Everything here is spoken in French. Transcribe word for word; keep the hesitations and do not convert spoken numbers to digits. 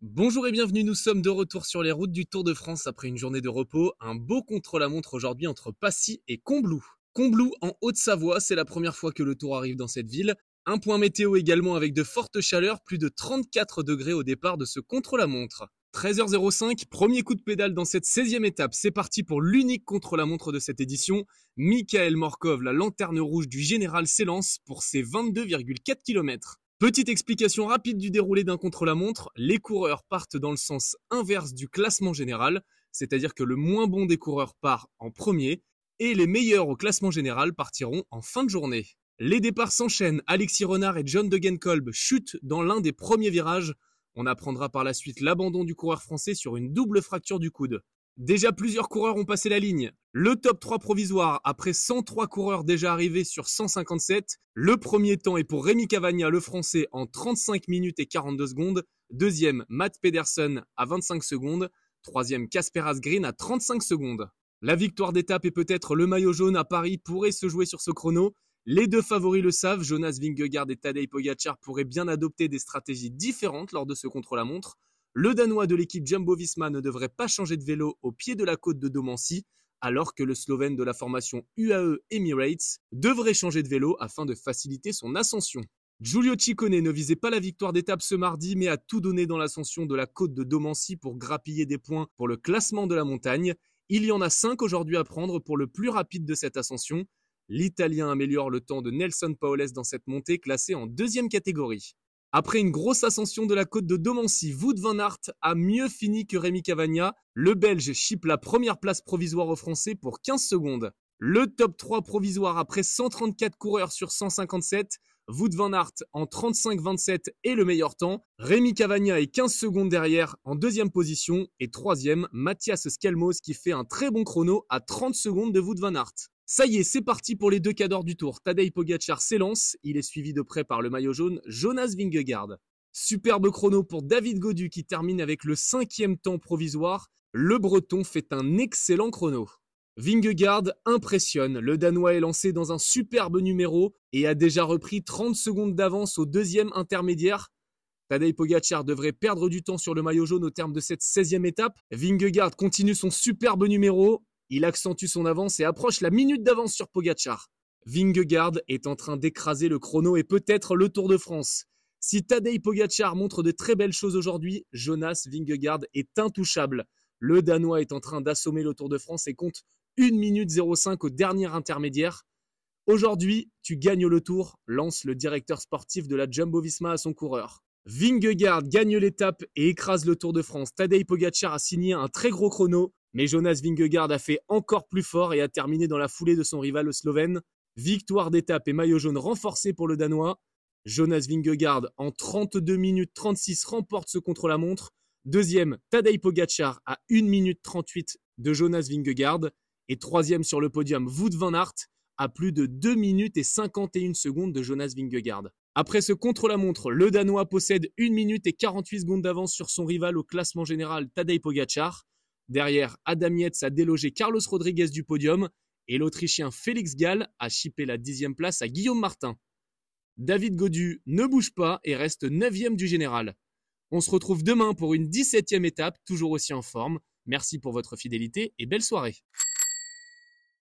Bonjour et bienvenue, nous sommes de retour sur les routes du Tour de France après une journée de repos. Un beau contre-la-montre aujourd'hui entre Passy et Combloux. Combloux en Haute-Savoie, c'est la première fois que le Tour arrive dans cette ville. Un point météo également avec de fortes chaleurs, plus de trente-quatre degrés au départ de ce contre-la-montre. treize heures cinq, premier coup de pédale dans cette seizième étape. C'est parti pour l'unique contre-la-montre de cette édition. Mikael Morkov, la lanterne rouge du général, s'élance pour ses vingt-deux virgule quatre kilomètres. Petite explication rapide du déroulé d'un contre-la-montre, les coureurs partent dans le sens inverse du classement général, c'est-à-dire que le moins bon des coureurs part en premier, et les meilleurs au classement général partiront en fin de journée. Les départs s'enchaînent, Alexis Renard et John Degenkolb chutent dans l'un des premiers virages. On apprendra par la suite l'abandon du coureur français sur une double fracture du coude. Déjà plusieurs coureurs ont passé la ligne. Le top trois provisoire après cent trois coureurs déjà arrivés sur cent cinquante-sept. Le premier temps est pour Rémi Cavagna, le français, en trente-cinq minutes et quarante-deux secondes. Deuxième, Matt Pedersen à vingt-cinq secondes. Troisième, Casper Asgreen à trente-cinq secondes. La victoire d'étape et peut-être le maillot jaune à Paris pourrait se jouer sur ce chrono. Les deux favoris le savent, Jonas Vingegaard et Tadej Pogačar pourraient bien adopter des stratégies différentes lors de ce contre-la-montre. Le Danois de l'équipe Jumbo-Visma ne devrait pas changer de vélo au pied de la côte de Domancy, alors que le Slovène de la formation U A E Emirates devrait changer de vélo afin de faciliter son ascension. Giulio Ciccone ne visait pas la victoire d'étape ce mardi, mais a tout donné dans l'ascension de la côte de Domancy pour grappiller des points pour le classement de la montagne. Il y en a cinq aujourd'hui à prendre pour le plus rapide de cette ascension. L'Italien améliore le temps de Nelson Powless dans cette montée classée en deuxième catégorie. Après une grosse ascension de la côte de Domancy, Wout van Aert a mieux fini que Rémi Cavagna. Le Belge chipe la première place provisoire aux Français pour quinze secondes. Le top trois provisoire après cent trente-quatre coureurs sur cent cinquante-sept. Wout van Aert en trente-cinq vingt-sept est le meilleur temps. Rémi Cavagna est quinze secondes derrière en deuxième position. Et troisième, Matthias Skelmos qui fait un très bon chrono à trente secondes de Wout van Aert. Ça y est, c'est parti pour les deux cadors du Tour. Tadej Pogačar s'élance, il est suivi de près par le maillot jaune Jonas Vingegaard. Superbe chrono pour David Gaudu qui termine avec le cinquième temps provisoire. Le Breton fait un excellent chrono. Vingegaard impressionne, le Danois est lancé dans un superbe numéro et a déjà repris trente secondes d'avance au deuxième intermédiaire. Tadej Pogačar devrait perdre du temps sur le maillot jaune au terme de cette seizième étape. Vingegaard continue son superbe numéro. Il accentue son avance et approche la minute d'avance sur Pogačar. Vingegaard est en train d'écraser le chrono et peut-être le Tour de France. Si Tadej Pogačar montre de très belles choses aujourd'hui, Jonas Vingegaard est intouchable. Le Danois est en train d'assommer le Tour de France et compte une minute zéro cinq au dernier intermédiaire. Aujourd'hui, tu gagnes le Tour, lance le directeur sportif de la Jumbo-Visma à son coureur. Vingegaard gagne l'étape et écrase le Tour de France. Tadej Pogačar a signé un très gros chrono. Mais Jonas Vingegaard a fait encore plus fort et a terminé dans la foulée de son rival le Slovène. Victoire d'étape et maillot jaune renforcé pour le Danois. Jonas Vingegaard en trente-deux minutes trente-six remporte ce contre-la-montre. Deuxième, Tadej Pogačar à une minute trente-huit de Jonas Vingegaard. Et troisième sur le podium, Wout van Aert à plus de deux minutes et cinquante et une secondes de Jonas Vingegaard. Après ce contre-la-montre, le Danois possède une minute et quarante-huit secondes d'avance sur son rival au classement général Tadej Pogačar. Derrière, Adam Yates a délogé Carlos Rodriguez du podium et l'Autrichien Félix Gall a chippé la dixième place à Guillaume Martin. David Gaudu ne bouge pas et reste neuvième du général. On se retrouve demain pour une dix-septième étape, toujours aussi en forme. Merci pour votre fidélité et belle soirée.